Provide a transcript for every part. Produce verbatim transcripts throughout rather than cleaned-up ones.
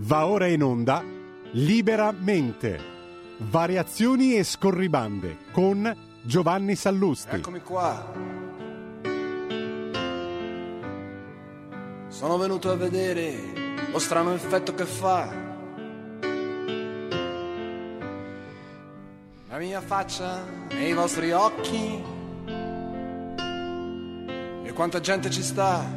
Va ora in onda Liberamente, variazioni e scorribande con Giovanni Sallusti. Eccomi qua. Sono venuto a vedere lo strano effetto che fa la mia faccia nei vostri occhi e quanta gente ci sta.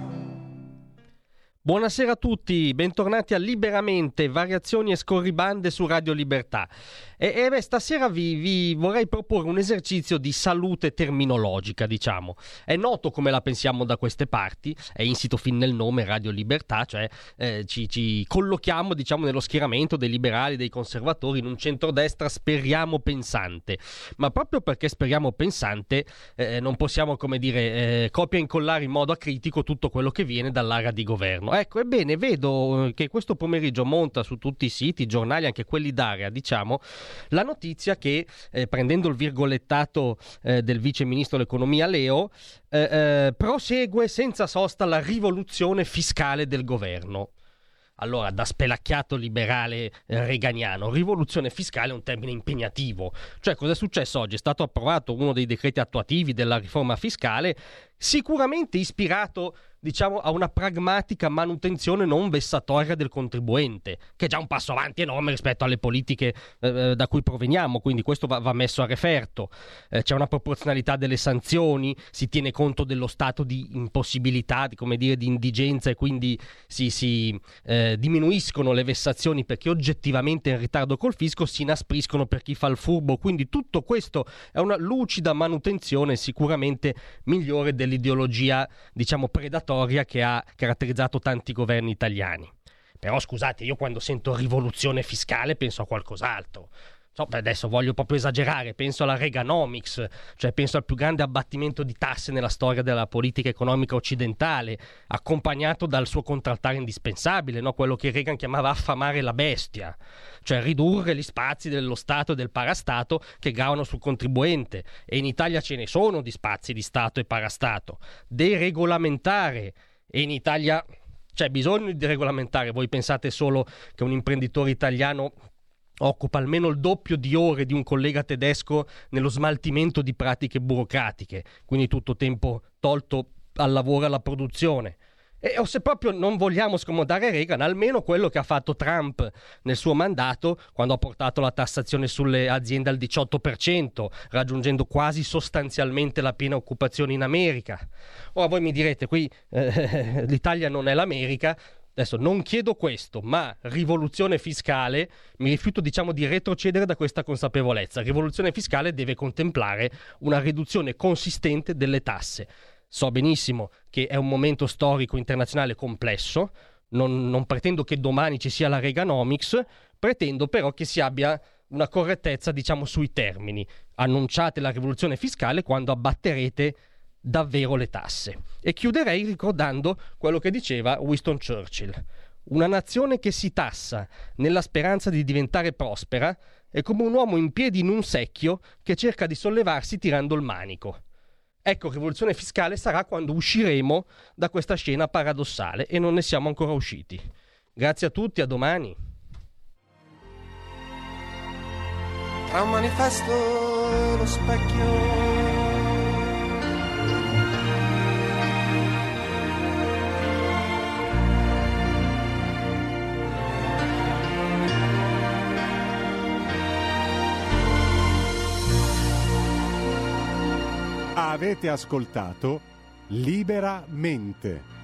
Buonasera a tutti, bentornati a Liberamente, variazioni e scorribande su Radio Libertà. E, e beh, stasera vi, vi vorrei proporre un esercizio di salute terminologica, diciamo. È noto come la pensiamo da queste parti, è insito fin nel nome Radio Libertà, cioè eh, ci, ci collochiamo, diciamo, nello schieramento dei liberali, dei conservatori, in un centrodestra speriamo pensante. Ma proprio perché speriamo pensante eh, non possiamo, come dire, eh, copia e incollare in modo acritico tutto quello che viene dall'area di governo. Ecco, ebbene, vedo che questo pomeriggio monta su tutti i siti, i giornali, anche quelli d'area, diciamo, la notizia che, eh, prendendo il virgolettato eh, del vice ministro dell'economia Leo, eh, eh, prosegue senza sosta la rivoluzione fiscale del governo. Allora, da spelacchiato liberale eh, reganiano, rivoluzione fiscale è un termine impegnativo. Cioè, cosa è successo oggi? È stato approvato uno dei decreti attuativi della riforma fiscale, sicuramente ispirato, diciamo, a una pragmatica manutenzione non vessatoria del contribuente, che è già un passo avanti enorme rispetto alle politiche eh, da cui proveniamo, quindi questo va, va messo a referto. Eh, c'è una proporzionalità delle sanzioni, si tiene conto dello stato di impossibilità, di, come dire, di indigenza, e quindi si, si eh, diminuiscono le vessazioni per chi oggettivamente è in ritardo col fisco, si inaspriscono per chi fa il furbo, quindi tutto questo è una lucida manutenzione sicuramente migliore dell'ideologia, diciamo, predatoria che ha caratterizzato tanti governi italiani. Però scusate, io quando sento rivoluzione fiscale penso a qualcos'altro. So, adesso voglio proprio esagerare, penso alla Reaganomics, cioè penso al più grande abbattimento di tasse nella storia della politica economica occidentale, accompagnato dal suo contraltare indispensabile, no? Quello che Reagan chiamava affamare la bestia, cioè ridurre gli spazi dello Stato e del parastato che gravano sul contribuente, e in Italia ce ne sono di spazi di Stato e parastato. Deregolamentare, e in Italia c'è bisogno di regolamentare. Voi pensate solo che un imprenditore italiano occupa almeno il doppio di ore di un collega tedesco nello smaltimento di pratiche burocratiche, quindi tutto tempo tolto al lavoro e alla produzione. E o se proprio non vogliamo scomodare Reagan, almeno quello che ha fatto Trump nel suo mandato, quando ha portato la tassazione sulle aziende al diciotto per cento, raggiungendo quasi sostanzialmente la piena occupazione in America. Ora voi mi direte, qui eh, l'Italia non è l'America. Adesso non chiedo questo, ma rivoluzione fiscale, mi rifiuto, diciamo, di retrocedere da questa consapevolezza. Rivoluzione fiscale deve contemplare una riduzione consistente delle tasse. So benissimo che è un momento storico internazionale complesso, non, non pretendo che domani ci sia la Reaganomics, pretendo però che si abbia una correttezza, diciamo, sui termini. Annunciate la rivoluzione fiscale quando abbatterete davvero le tasse. E chiuderei ricordando quello che diceva Winston Churchill: una nazione che si tassa nella speranza di diventare prospera è come un uomo in piedi in un secchio che cerca di sollevarsi tirando il manico. Ecco, rivoluzione fiscale sarà quando usciremo da questa scena paradossale, e non ne siamo ancora usciti. Grazie a tutti, a domani. Tra un manifesto e lo specchio Avete ascoltato Liberamente.